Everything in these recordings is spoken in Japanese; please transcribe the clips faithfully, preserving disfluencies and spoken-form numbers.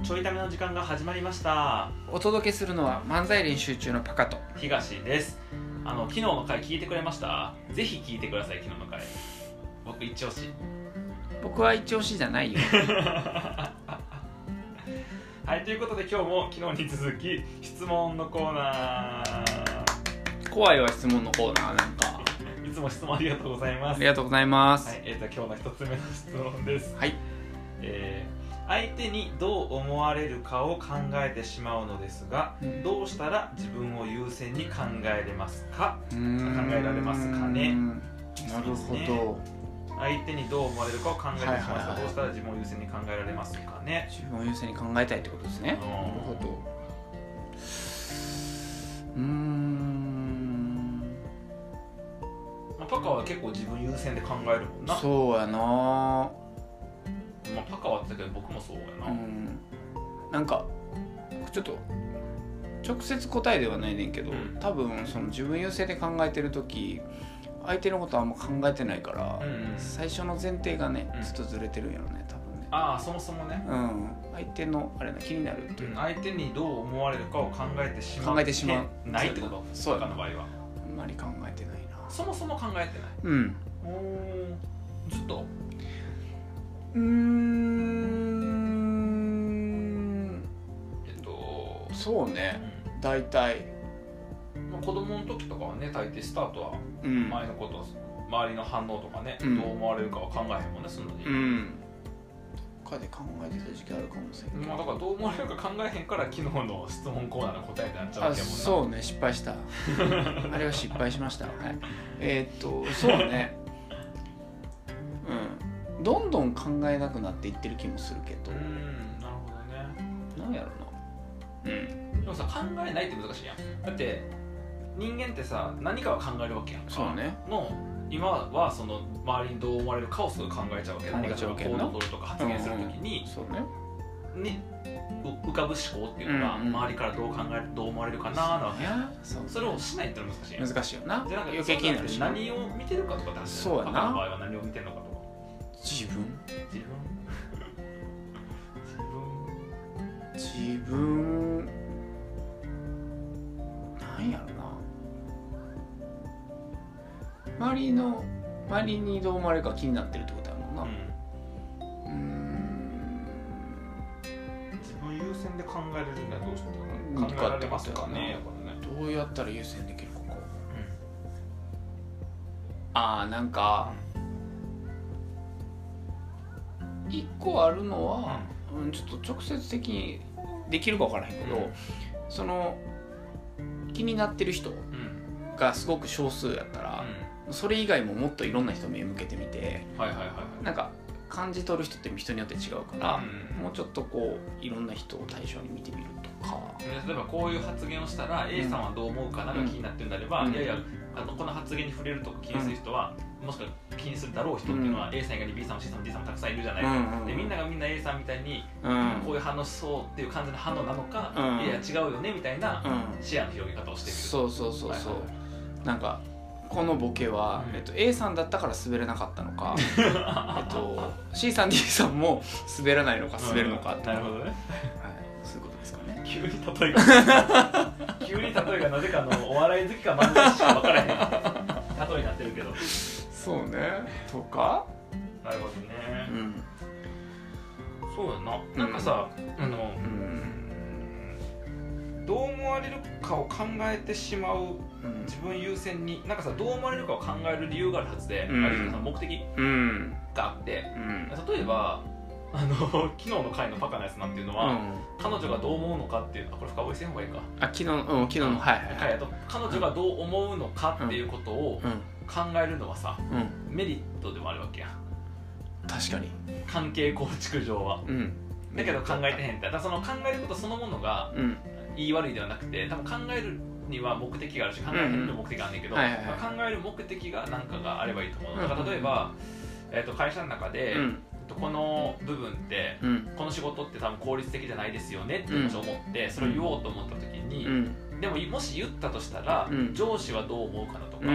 ちょいための時間が始まりました。 お届けするのは漫才練習中のパカと東です。あの昨日の回聞いてくれました？ぜひ聞いてください。昨日の回僕一押し。 僕は一押しじゃないよはい、ということで今日も昨日に続き質問のコーナー。 怖いわ、質問のコーナー。なんかいつも質問ありがとうございます。 ありがとうございます。 はい、えーと今日の一つ目の質問です。 はい、 えー、相手にどう思われるかを考えてしまうのですが、うん、どうしたら自分を優先に考えれますか？考えられますかね？ なるほど。 相手にどう思われるかを考えてしまいますが、はいはいはい、どうしたら自分を優先に考えられますかね？ 自分を優先に考えたいってことですね。なるほど。うーん、 まあ、パカは結構自分優先で考えるもんな。 そうやな。まあ、パカはって言ったけど僕もそうやな。うん、 なんかちょっと直接答えではないねんけど、うん、多分その自分優先で考えてる時相手のことはあんま考えてないから、うんうん、最初の前提がね、うん、ちょっとずれてるんやろね、多分ね。 ああ、そもそもね、 うん、相手のあれな気になるっていう、 うん、相手にどう思われるかを考えてしまう考えてしまうないってこと？ そう他の場合はあんまり考えてないな。 そもそも考えてない。 うん。 おー、ずっとうーんえっとそうね、うん、大体まあ、子供の時とかはね、大抵スタートは前のこと、うん、周りの反応とかね、うん、どう思われるかは考えへんもんね、そんなに。うん。 どっかで考えてた時期あるかもしれない。 まあだからどう思われるか考えへんから昨日の質問コーナーの答えになっちゃうわけやもんな。 そうね、失敗した。あれは失敗しました。はい。えー、っとそうね。うん。どんどん考えなくなっていってる気もするけど。 うん、なるほどね。 なんやろな。うん。 でもさ、考えないって難しいやん。だって人間ってさ、何かは考えるわけやんか。 そうね。 の今はその周りにどう思われるかをすぐ考えちゃうわけ。何かしら行動を取るとか発言するときに、 そうね。 に浮かぶ思考っていうのが、うんうん、周りからどう考える、どう思われるかなーなわけ。そ, それをしないってのは難しいやん。 難しいよな。 じゃあなんか余計気になるし。 何を見てるかとかって話。 そうやな。 パカの場合は何を見てるのかとか。 自分。 自分。 自分。自分。なんやろな。周りの周りにどう思われるか気になってるってことやもんな。うん。うーん、 自分優先で考えれるにはどうして考えられますかね。 どうやったら優先できるかこう。うん、ああ、なんか一、うん、個あるのは、うん、ちょっと直接的にできるか分からへんけど、うん、その気になってる人がすごく少数やったら、うん、それ以外ももっといろんな人目向けてみて、 はいはいはいはい、 なんか感じ取る人って人によって違うから、うん、もうちょっとこういろんな人を対象に見てみるとか。 例えばこういう発言をしたら A さんはどう思うかなが気になってるんであれば、うん、いやいやあのこの発言に触れるとか気にする人は、うん、もしくは気にするだろう人っていうのは、うん、A さん以外に B さんも C さんも D さんもたくさんいるじゃないか、うんうん、でみんながみんな A さんみたいに、うん、こういう反応しそうっていう感じの反応なのか、うん、いやいや違うよねみたいな視野の広げ方をしてみる。 そうそうそうそう、はいはいはい、なんかこのボケは、うん、えっと、A さんだったから滑れなかったのかえっと C さん D さんも滑らないのか滑るのかって、 うん、なるほどね、はい、 そういうことですかね。 急に例えが急に例えがなぜかのお笑い好きか漫才師しか分からへん例えになってるけど。 そうね、とか。 なるほどね、うん、そうやな。なんかさ、うん、あの、うん、どう思われるかを考えてしまう自分優先に、なんかさ、どう思われるかを考える理由があるはずで、うん、ある種の目的があって、うん、例えばあの昨日の回のパカのやつなんていうのは、うん、彼女がどう思うのかっていうのは、これ深掘りせん方がいいか。 あ、昨日の、うん、昨日の、はいはいはい、 彼女がどう思うのかっていうことを考えるのはさ、うん、メリットでもあるわけや。 確かに関係構築上は、うん、だけど考えてへんって、だからその考えることそのものが言い悪いではなくて、多分考えるには目的があるし、考えへんにも目的があるんだけど、考える目的が何かがあればいいと思う。だから例えば、えー、と会社の中で、うん、この部分って、うん、この仕事って多分効率的じゃないですよねってもし思って、うん、それを言おうと思った時に、うん、でももし言ったとしたら、うん、上司はどう思うかなとか、うん、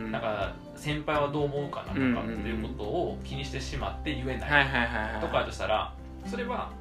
なんか先輩はどう思うかなとかっていうことを気にしてしまって言えないとかだとしたら、それは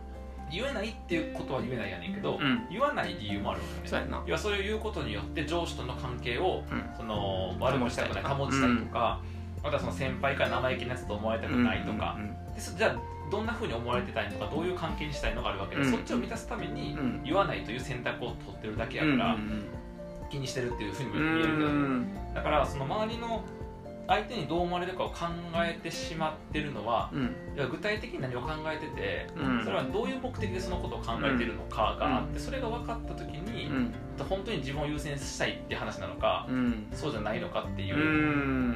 言えないっていうことは言えないやねんけど、うん、言わない理由もあるわけね。 そうやな。 要はそれを言うことによって上司との関係を、うん、その悪くしたくない保ちたりとか、うん、またその先輩から生意気なやつと思われたくないとか、うんうんうん、でじゃあどんな風に思われてたいのとかどういう関係にしたいのがあるわけで、うん、そっちを満たすために言わないという選択を取ってるだけやから、うんうんうん、気にしてるっていう風にも見えるけど、ね、うん、だからその周りの相手にどう思われるかを考えてしまってるのは、うん、いや具体的に何を考えてて、うん、それはどういう目的でそのことを考えてるのかがあって、うん、それが分かった時に、うん、本当に自分を優先したいって話なのか、うん、そうじゃないのかっていう、うん、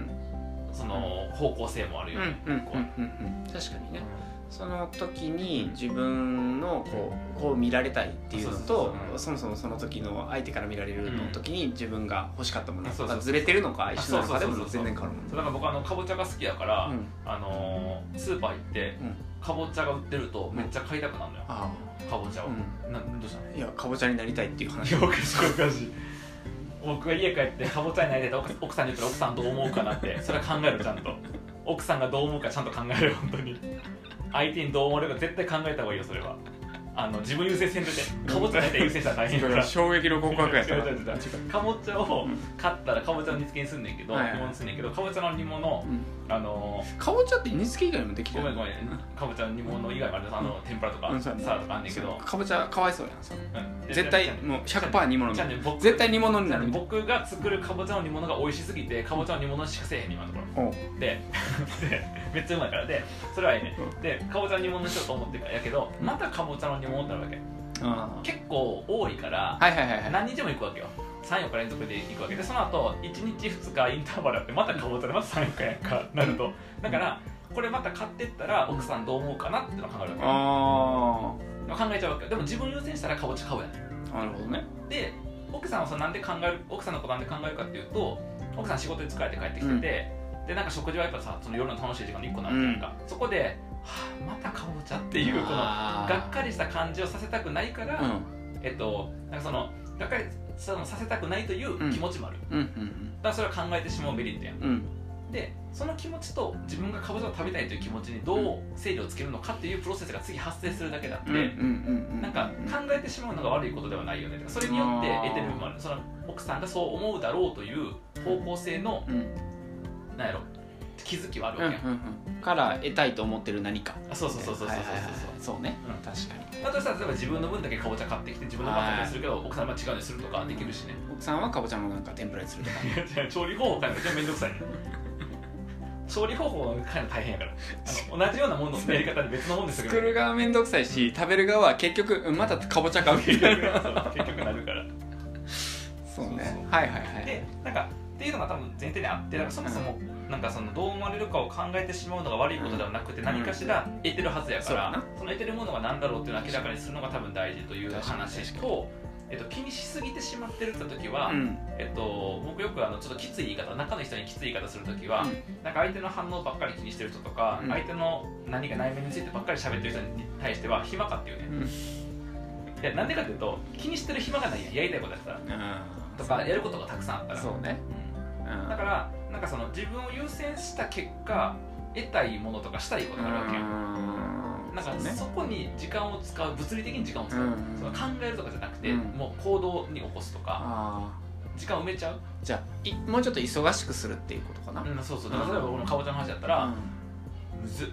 その方向性もあるよね。確かにね、その時に自分のこう、こう見られたいっていうのと、そもそもその時の相手から見られるの時に自分が欲しかったものがずれてるのか一緒なのかでも全然変わるもんね。 だから僕あのかぼちゃが好きやから、うん、あのスーパー行ってかぼちゃが売ってるとめっちゃ買いたくなるのよ、うん、かぼちゃを、うん、などうしたの？ いやかぼちゃになりたいっていう話。 おかしいおかしい。僕が家帰ってかぼちゃになりたいって奥さんに言ったら奥さんどう思うかなってそれは考える。ちゃんと奥さんがどう思うかちゃんと考える。本当に相手にどう思われるか絶対考えた方がいいよ。それはあの自分優先せんとてかぼちゃ大体優先したら大変だから衝撃の告白やったらかぼちゃを買ったらかぼちゃの煮付けにすんねんけど、はいはい、煮物にすんねんけどかぼちゃの煮物、うん、あのー、かぼちゃって煮付け以外もできる。 ごめんごめん、かぼちゃの煮物以外もある、あの天ぷらとか、うん、サラダとかあんねんけど、 かぼちゃかわいそうやんそ、うん、絶対もう ひゃくパーセント 煮物に絶対煮物になる。 僕が作るかぼちゃの煮物が美味しすぎてかぼちゃの煮物しかせえへん今のところででめっちゃうまいからでそれはいいね、うん、でかぼちゃの煮物にしようと思ってるからやけどまたかぼちゃの煮物ってなるわけ。結構多いから、はいはいはいはい、何日も行くわけよ。さん、よっか連続で行くわけで、その後いちにちふつかインターバルあってまたかぼちゃでまたさん、よっかやんかなると、だからこれまた買ってったら奥さんどう思うかなっていうのを考えるわけ。あ考えちゃうわけよ。でも自分優先したらかぼちゃ買うやねん。 なるほどね。 で奥さんはさなんで考える奥さんのことなんで考えるかっていうと、奥さん仕事で疲れて帰ってきてて、うん、でなんか食事はやっぱさその夜の楽しい時間のいっこなわけやんか、うん、そこではあ、またかぼちゃっていうこのがっかりした感じをさせたくないから、うん、えっとなんかそのがっかりそのさせたくないという気持ちもある、うんうんうんうん、だからそれは考えてしまうメリットやん、うん、でその気持ちと自分がかぼちゃを食べたいという気持ちにどう整理をつけるのかっていうプロセスが次発生するだけだって、なんか考えてしまうのが悪いことではないよね。それによって得てる部分もある。その奥さんがそう思うだろうという方向性の、うん、なんやろ気づきはあるわけや、うんうんうん、から得たいと思ってる何か。 そうそうそうそうそうそうそうそうね、うん、確かに。 だとしたら例えば自分の分だけかぼちゃ買ってきて自分の分だけするけど奥さんは違うにするとかできるしね。 奥さんはかぼちゃのなんか天ぷらにするとか調理方法変えるのめっちゃめんどくさいね調理方法が変えるの大変やからあの同じようなもののやり方で別のものですけど作る側めんどくさいし食べる側は結局またかぼちゃ買う結局なるからそうね。はいはいはい。 でなんかっていうのが多分前提にあって、だからそもそもなんかそのどう思われるかを考えてしまうのが悪いことではなくて、何かしら得てるはずやから、その得てるものが何だろうっていうのを明らかにするのが多分大事という話と、えっと、気にしすぎてしまってるって時は、えっと、僕よくあのちょっときつい言い方、中の人にきつい言い方する時は、なんか相手の反応ばっかり気にしてる人とか、相手の何か内面についてばっかり喋ってる人に対しては暇かっていうね、いやなんでかっていうと気にしてる暇がないやん、やりたいことやったらとかやることがたくさんあったら。 そうね、 だからなんかその自分を優先した結果得たいものとかしたいことがあるわけよ。なんか そ,、ね、そこに時間を使う、物理的に時間を使う、その考えるとかじゃなくて、うん、もう行動に起こすとか時間を埋めちゃう。 じゃあいもうちょっと忙しくするっていうことかな。 うん、そうそう。だから例えばこのかぼちゃの話だったら、うん、むずっ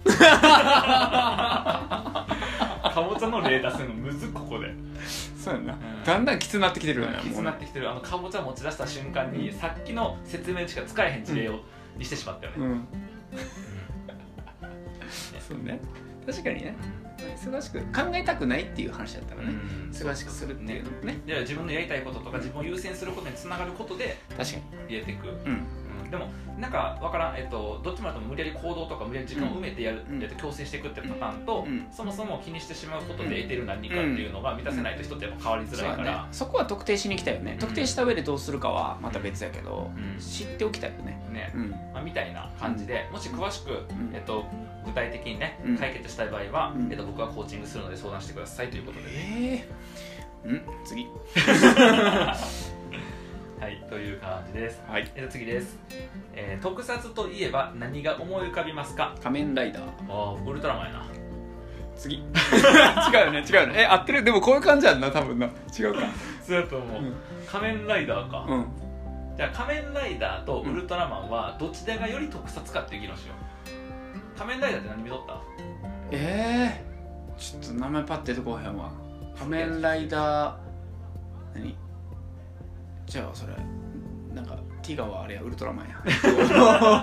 かぼちゃの例出すのむずっここで。 そうやな、うん、だんだんきつなってきてるよね。 きつなってきてる。あのかぼちゃ持ち出した瞬間に、うん、さっきの説明しか使えへん事例を、うん、にしてしまったよね、うん、 そうね、確かにね、忙しく考えたくないっていう話だったらね、うん、忙しくするっていうのね。 で自分のやりたいこととか自分を優先することにつながることで確かに入れていく、うんうん、でもなんか分からん、えっと、どっちもだと無理やり行動とか無理やり時間を埋めてやる、うん、強制していくってパターンと、うん、そもそも気にしてしまうことで得てる何かっていうのが満たせないと人ってやっぱ変わりづらいから、うんうん そ, ね、 そこは特定しに来たよね、うん、特定した上でどうするかはまた別やけど、うん、知っておきたいよね、 ね、うんまあ、みたいな感じで、もし詳しく、うんえっと、具体的にね、うん、解決したい場合は、うんえっと、僕はコーチングするので相談してくださいということで、ね、 えー、うん次はい、という感じです。 はい、 えー、と次です、えー。特撮といえば何が思い浮かびますか？ 仮面ライダー。 ああ、ウルトラマンやな。 次違うよね違うよねえ合ってるでもこういう感じやんな多分な違うかそうだと思う、うん、仮面ライダーか、 うん、 じゃあ仮面ライダーとウルトラマンはどちらがより特撮かっていう議論しよう。仮面ライダーって何見とった？ えー、ちょっと名前パッて出てこへんわ。仮面ライダー何じゃあそれなんかティガはあれやウルトラマンや結局ウルト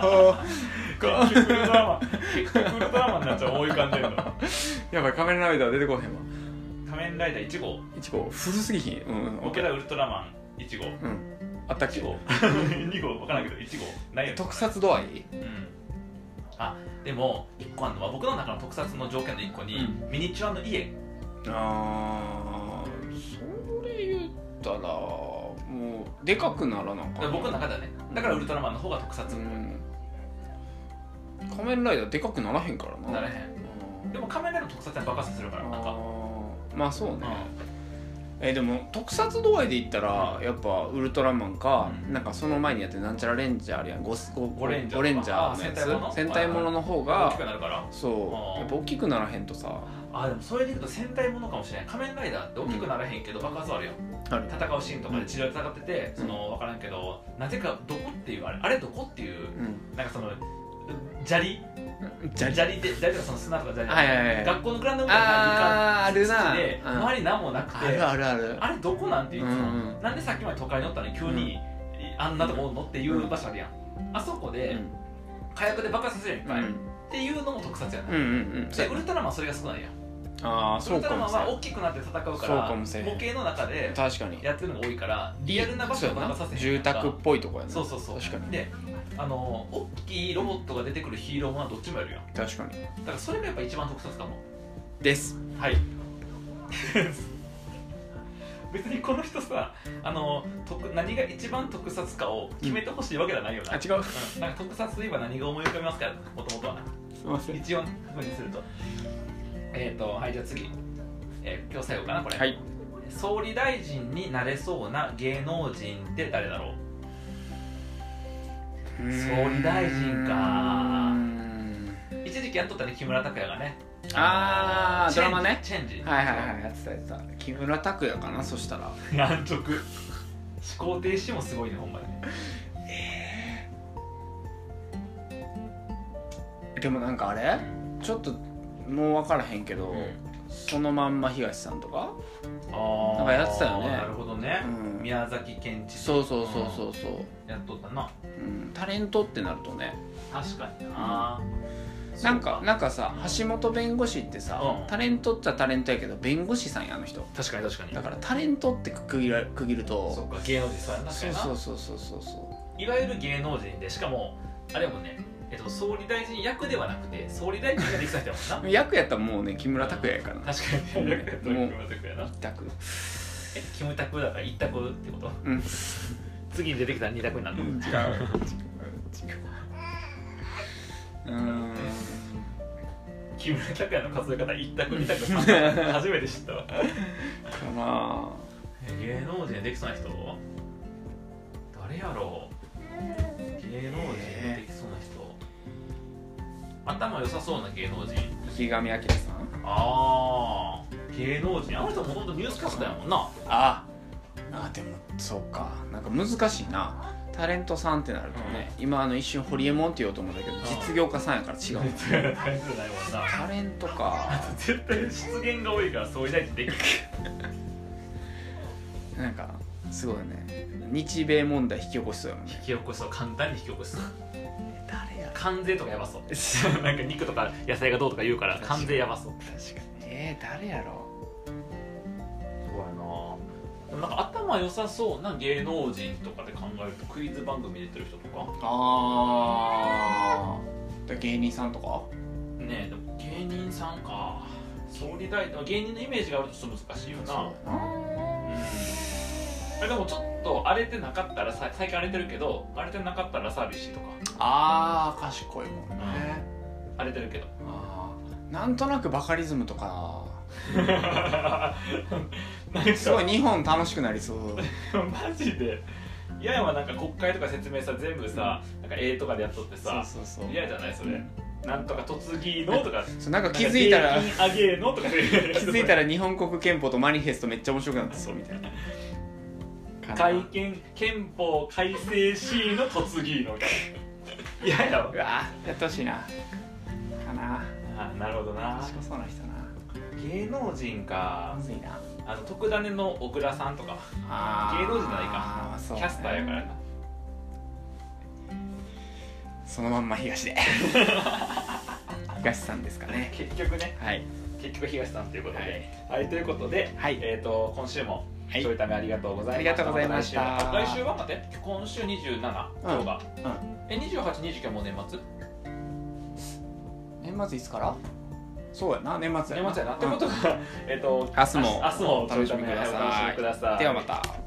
ラマン結局ウルトラマンになっちゃう思い浮かんでんのやばい仮面ライダー出てこへんわ。 仮面ライダーいち号いち号古すぎひん。うん、 僕らウルトラマンいち号、うん、 あったっけ？ いち号に号分からんけどいち号ないよ。 特撮度合い？うん。 あ、でもいっこあるのは僕の中の特撮の条件のいっこに、うん、ミニチュアの家。 あー、それ言ったらもうでかくならなかった。 僕の中ではね。だからウルトラマンの方が特撮っぽい、うん、 仮面ライダーでかくならへんからな。 ならへん。でも仮面ライダーの特撮は爆発するからなんか。 まあそうね。えー、でも特撮度合いで言ったらやっぱウルトラマンか、うん、なんかその前にやってなんちゃらレンジャーあるやん ゴ, ゴ, ゴレンジャーのやつ戦隊ものの方が大きくなるから。 そうやっぱ大きくならへんとさ。 あでもそれで言うと戦隊ものかもしれない。仮面ライダーって大きくならへんけど爆発あるやん、うん、戦うシーンとかで治療で戦ってて、うん、その分からんけどなぜかどこっていうあれあれどこっていう、うん、なんかその砂利砂利砂利で砂利とかその砂とか砂利とか、はいはいはい、学校のグラウンドみたいなあるなで周り何もなくてあるあるあるあれどこなんていつも、うん、なんでさっきまで都会におったのに急に、うん、あんなとこおんのっていう場所あるやん、うん、あそこで、うん、火薬で爆発させるやんいっぱい、うん、っていうのも特撮やな、うんうんうん、でウルトラマンはそれが少ないやん。 あウルトラマンは大きくなって戦うから模型の中でやってるのが多いからリアルな場所を戦わさせへん。 住宅っぽいとこやな。 そうそうそう。 確かに。 で、あの大きいロボットが出てくるヒーローものはどっちもやるやん。 確かに。 だからそれがやっぱ一番特撮かもですはい別にこの人さあの特何が一番特撮かを決めてほしいわけじゃないよな、 うん、あ違う、 うん、なんか特撮といえば何が思い浮かびますかもともとはな。 すいません。 一応ふうにするとえーと、はい、じゃあ次、えー、今日最後かなこれ、 はい、 総理大臣になれそうな芸能人って誰だろう。総理大臣か。一時期やっとったね木村拓哉がね。 ああドラマね。 チェンジはいはいはいやってたやってた。木村拓哉かな。そしたら難直思考停止もすごいねほんまに。 えー、でもなんかあれちょっともう分からへんけど、うん、そのまんま東さんとかあなんかやってたよね。 なるほどね、うん、宮崎県知事そうそうそうそうそう、 うん、やっとったな、 うん、タレントってなるとね確かにな、 うん、なんかなんかさ橋本弁護士ってさ、うん、タレントっちゃタレントやけど弁護士さんやあの人。 確かに確かに。 だからタレントって区切ら区切るとそうか芸能人そうやな。 そうそうそうそうそうそう。 いわゆる芸能人でしかもあれもねえっと、総理大臣役ではなくて総理大臣ができた人やもんな役やったらもうね木村拓哉やからな。 確かに役やったら木村拓哉やな。 一択えキムタクだから一択ってこと、 うん、 次に出てきたら二択になるの、うん、違う違う違ううん木村拓哉の数え方一択二択三択初めて知ったわかな。 芸能人できそうな人誰やろう。芸能人できそうな人、頭良さそうな芸能人池上彰さん。 ああ芸能人あの人もともとニュースキャスターやもんな。 ああでもそうかなんか難しいなタレントさんってなるとね、うん、今あの一瞬ホリエモンって言おうと思うんだけど、うん、実業家さんやから違う、うん、タレントないもんな。 タレントか絶対出現が多いから総理大臣できるなんかすごいね日米問題引き起こしそうやもんね。 引き起こしそう簡単に引き起こしそう誰や関税とかやばそうなんか肉とか野菜がどうとか言うから関税やばそう。 確かにえー、誰やろそうやな。でもなんか頭良さそうな芸能人とかで考えるとクイズ番組出てる人とかああ芸人さんとかねえでも芸人さんか総理大臣芸人のイメージがあるとちょっと難しいよな。そうやな、うん、でもちょっと荒れてなかったら最近荒れてるけど荒れてなかったらサービスとかああ賢いもんね、 うん、荒れてるけどあなんとなくバカリズムとかすごい日本楽しくなりそうマジで嫌やわ。なんか国会とか説明さ全部さ、うん、なんか絵とかでやっとってさ嫌じゃないそれ、うんなんとか嫁ぎのとかなんか気づいたら税金あげのとか気づいたら日本国憲法とマニフェストめっちゃ面白くなってそうみたいな改憲憲法改正しの嫁ぎのみたいないややわうわやってほしいなかなあなるほどな賢そうな人な芸能人かむずいなあの特ダネの小倉さんとかあ芸能人じゃないか、 あ、そうね、 キャスターやからなそのまんま東で東さんですかね結局ね、 はい、 結局東さんということで、はい、はい、ということで、 はい、 えーと今週もはい、 ちょいためありがとうございました。 ありがとうございました。 来週は待って、今週にじゅうなな、今日が、 うんうん、 えにじゅうはち、にじゅうきゅうもう年末？ 年末いつから？そうやな、年末やな。 年末やな。ってことは、えっと明日も明日もお楽しみください。 ください。 ではまた。